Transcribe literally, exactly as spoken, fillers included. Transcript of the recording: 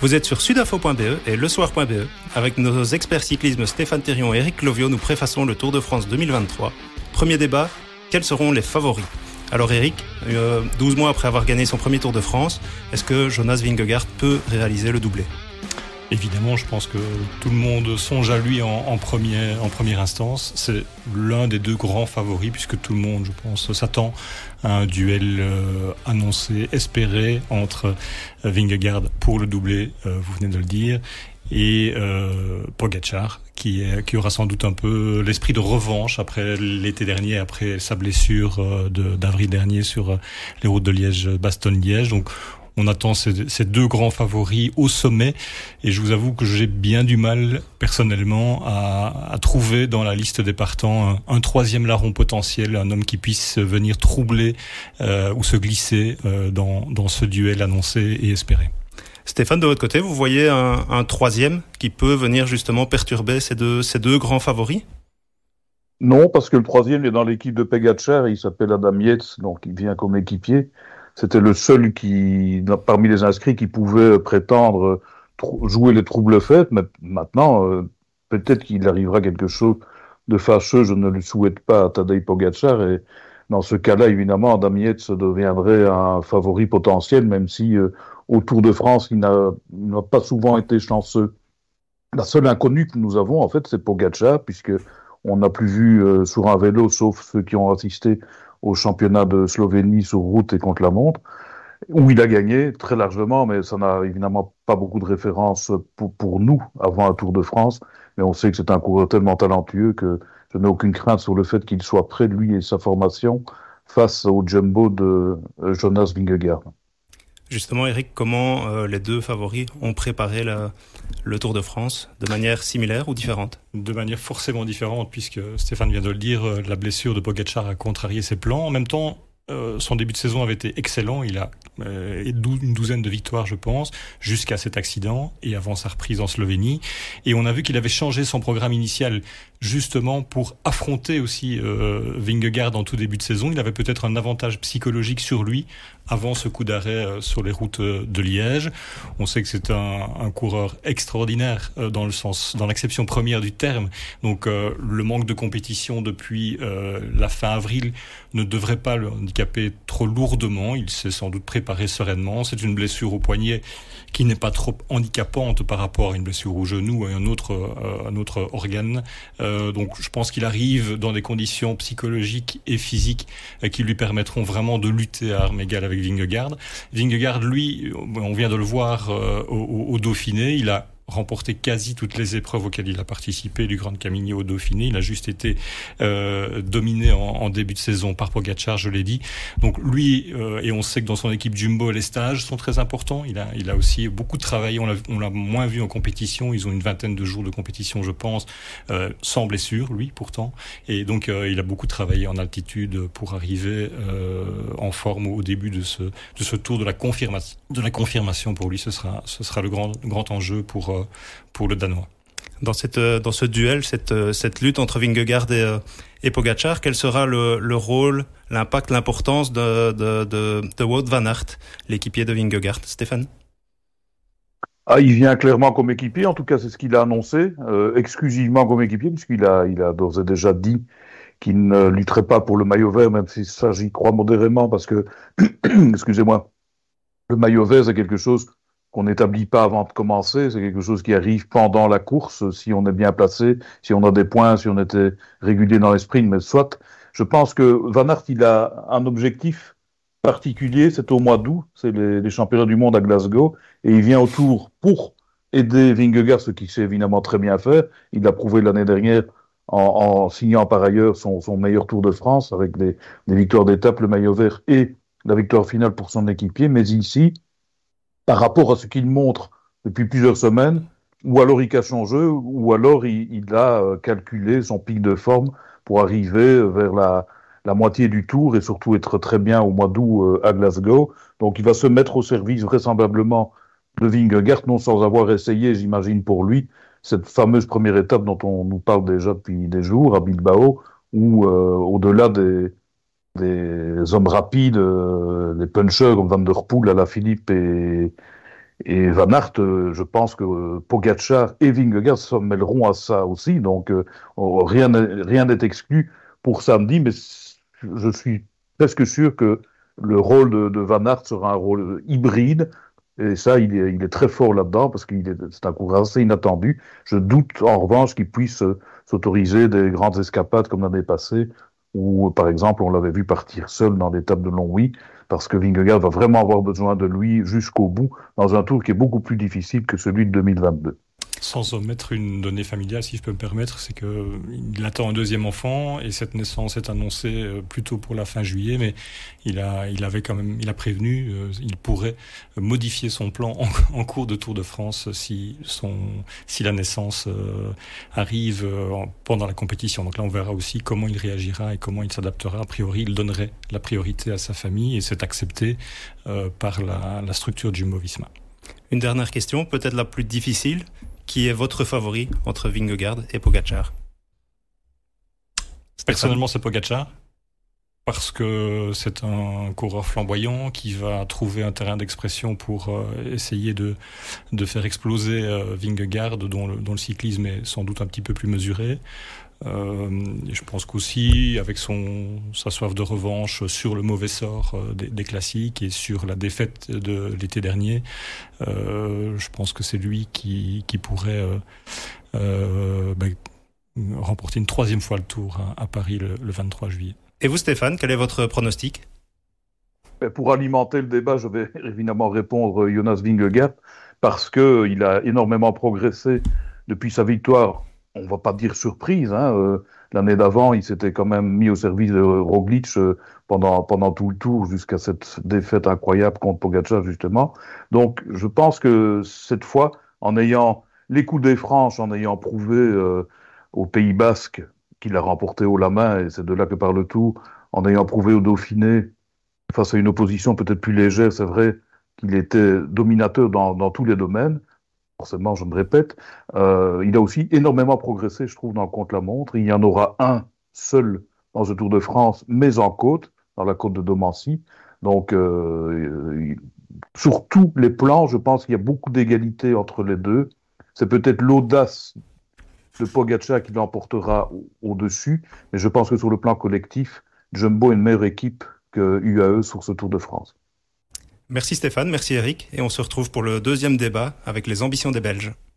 Vous êtes sur sudinfo point b e et lesoir point b e. Avec nos experts cyclisme Stéphane Thérion et Eric Clovio, nous préfaçons le Tour de France deux mille vingt-trois. Premier débat, quels seront les favoris ? Alors Eric, euh, douze mois après avoir gagné son premier Tour de France, est-ce que Jonas Vingegaard peut réaliser le doublé ? Évidemment, je pense que tout le monde songe à lui en, en, première, en première instance. C'est l'un des deux grands favoris, puisque tout le monde, je pense, s'attend à un duel euh, annoncé, espéré, entre euh, Vingegaard pour le doublé, euh, vous venez de le dire, et euh, Pogačar, qui, est, qui aura sans doute un peu l'esprit de revanche après l'été dernier, après sa blessure euh, de, d'avril dernier sur euh, les routes de Liège-Bastogne-Liège. Donc, on attend ces, ces deux grands favoris au sommet, et je vous avoue que j'ai bien du mal personnellement à, à trouver dans la liste des partants un, un troisième larron potentiel, un homme qui puisse venir troubler euh, ou se glisser euh, dans, dans ce duel annoncé et espéré. Stéphane, de votre côté, vous voyez un, un troisième qui peut venir justement perturber ces deux, ces deux grands favoris ? Non, parce que le troisième est dans l'équipe de Pogačar, il s'appelle Adam Yates, donc il vient comme équipier. C'était le seul qui, parmi les inscrits, qui pouvait prétendre trou- jouer les troubles faits. Mais maintenant, euh, peut-être qu'il arrivera quelque chose de fâcheux. Je ne le souhaite pas à Tadej Pogačar. Et dans ce cas-là, évidemment, Adam Yates deviendrait un favori potentiel, même si euh, au Tour de France, il n'a, il n'a pas souvent été chanceux. La seule inconnue que nous avons, en fait, c'est Pogačar, puisque on n'a plus vu euh, sur un vélo, sauf ceux qui ont assisté au championnat de Slovénie sur route et contre la montre, où il a gagné très largement, mais ça n'a évidemment pas beaucoup de référence pour, pour nous avant un Tour de France. Mais on sait que c'est un coureur tellement talentueux que je n'ai aucune crainte sur le fait qu'il soit près, lui et sa formation, face au jumbo de euh, Jonas Vingegaard. Justement, Eric, comment euh, les deux favoris ont préparé la, le Tour de France de manière similaire ou différente ? De manière forcément différente, puisque Stéphane vient de le dire, la blessure de Pogačar a contrarié ses plans. En même temps, euh, son début de saison avait été excellent. Il a euh, une douzaine de victoires, je pense, jusqu'à cet accident et avant sa reprise en Slovénie. Et on a vu qu'il avait changé son programme initial justement pour affronter aussi euh, Vingegaard en tout début de saison. Il avait peut-être un avantage psychologique sur lui avant ce coup d'arrêt euh, sur les routes euh, de Liège. On sait que c'est un, un coureur extraordinaire euh, dans le sens, dans l'acception première du terme. Donc euh, le manque de compétition depuis euh, la fin avril ne devrait pas le handicaper trop lourdement. Il s'est sans doute préparé sereinement. C'est une blessure au poignet qui n'est pas trop handicapante par rapport à une blessure au genou ou à un autre, euh, un autre organe. Euh, donc je pense qu'il arrive dans des conditions psychologiques et physiques euh, qui lui permettront vraiment de lutter à armes égales avec Vingegaard. Vingegaard, lui, on vient de le voir euh, au, au Dauphiné, il a remporté quasi toutes les épreuves auxquelles il a participé du Grand Camino au Dauphiné. Il a juste été euh, dominé en, en début de saison par Pogačar, je l'ai dit. Donc lui, euh, et on sait que dans son équipe Jumbo, les stages sont très importants. Il a, il a aussi beaucoup travaillé. On l'a, on l'a moins vu en compétition. Ils ont une vingtaine de jours de compétition, je pense, euh, sans blessure, lui, pourtant. Et donc, euh, il a beaucoup travaillé en altitude pour arriver euh, en forme au début de ce, de ce tour de la confirmation. De la confirmation pour lui, ce sera, ce sera le grand, grand enjeu pour euh, pour le Danois. Dans, cette, dans ce duel, cette, cette lutte entre Vingegaard et, et Pogačar, quel sera le, le rôle, l'impact, l'importance de, de, de, de Wout van Aert, l'équipier de Vingegaard ? Stéphane ? Ah, il vient clairement comme équipier, en tout cas c'est ce qu'il a annoncé, euh, exclusivement comme équipier, puisqu'il a, il a d'ores et déjà dit qu'il ne lutterait pas pour le maillot vert, même si ça j'y crois modérément, parce que, excusez-moi, le maillot vert c'est quelque chose qu'on n'établit pas avant de commencer, c'est quelque chose qui arrive pendant la course, si on est bien placé, si on a des points, si on était régulier dans les sprints, mais soit. Je pense que Van Aert, il a un objectif particulier, c'est au mois d'août, c'est les, les championnats du monde à Glasgow, et il vient au Tour pour aider Vingegaard, ce qu'il sait évidemment très bien faire. Il l'a prouvé l'année dernière en, en signant par ailleurs son, son meilleur Tour de France, avec les, les victoires d'étape, le maillot vert et la victoire finale pour son équipier, mais ici, par rapport à ce qu'il montre depuis plusieurs semaines, ou alors il cache son jeu, ou alors il, il a calculé son pic de forme pour arriver vers la, la moitié du Tour et surtout être très bien au mois d'août à Glasgow. Donc il va se mettre au service vraisemblablement de Vingegaard, non sans avoir essayé, j'imagine pour lui, cette fameuse première étape dont on nous parle déjà depuis des jours à Bilbao, où euh, au-delà des des hommes rapides, euh, des punchers comme Van Der Poel, Alaphilippe et, Et Van Aert, euh, je pense que euh, Pogacar et Vingegaard se mêleront à ça aussi. Donc, euh, oh, rien n'est rien n'est exclu pour samedi, mais je suis presque sûr que le rôle de, de Van Aert sera un rôle hybride. Et ça, il est, il est très fort là-dedans parce que c'est un coureur assez inattendu. Je doute en revanche qu'il puisse euh, s'autoriser des grandes escapades comme l'année passée, où par exemple on l'avait vu partir seul dans l'étape de Longwy, parce que Vingegaard va vraiment avoir besoin de lui jusqu'au bout dans un tour qui est beaucoup plus difficile que celui de deux mille vingt-deux. Sans omettre une donnée familiale, si je peux me permettre, c'est qu'il attend un deuxième enfant et cette naissance est annoncée plutôt pour la fin juillet, mais il a, il avait quand même, il a prévenu, euh, il pourrait modifier son plan en, en cours de Tour de France si son, si la naissance euh, arrive euh, pendant la compétition. Donc là, on verra aussi comment il réagira et comment il s'adaptera. A priori, il donnerait la priorité à sa famille et c'est accepté euh, par la, la structure du Jumbo-Visma. Une dernière question, peut-être la plus difficile. Qui est votre favori entre Vingegaard et Pogacar? Personnellement, c'est Pogacar. Parce que c'est un coureur flamboyant qui va trouver un terrain d'expression pour euh, essayer de, de faire exploser euh, Vingegaard, dont le, dont le cyclisme est sans doute un petit peu plus mesuré. Euh, je pense qu'aussi, avec son, sa soif de revanche sur le mauvais sort euh, des, des classiques et sur la défaite de l'été dernier, euh, je pense que c'est lui qui, qui pourrait euh, euh, ben, remporter une troisième fois le Tour à, à Paris le, le vingt-trois juillet. Et vous, Stéphane, quel est votre pronostic? Pour alimenter le débat, je vais évidemment répondre Jonas Vingegaard, parce qu'il a énormément progressé depuis sa victoire. On ne va pas dire surprise, hein. Euh, l'année d'avant, il s'était quand même mis au service de Roglic euh, pendant, pendant tout le tour, jusqu'à cette défaite incroyable contre Pogacar, justement. Donc, je pense que cette fois, en ayant les coups des franches, en ayant prouvé euh, au Pays Basque qu'il a remporté haut la main, et c'est de là que part le Tour, en ayant prouvé au Dauphiné, face à une opposition peut-être plus légère, c'est vrai qu'il était dominateur dans, dans tous les domaines. Forcément, je me répète, euh, il a aussi énormément progressé, je trouve, dans le contre-la-montre. Il y en aura un seul dans ce Tour de France, mais en côte, dans la côte de Domancy. Donc, euh, sur tous les plans, je pense qu'il y a beaucoup d'égalité entre les deux. C'est peut-être l'audace de Pogacar qui l'emportera au-dessus, mais je pense que sur le plan collectif, Jumbo est une meilleure équipe que U A E sur ce Tour de France. Merci Stéphane, merci Eric, et on se retrouve pour le deuxième débat avec les ambitions des Belges.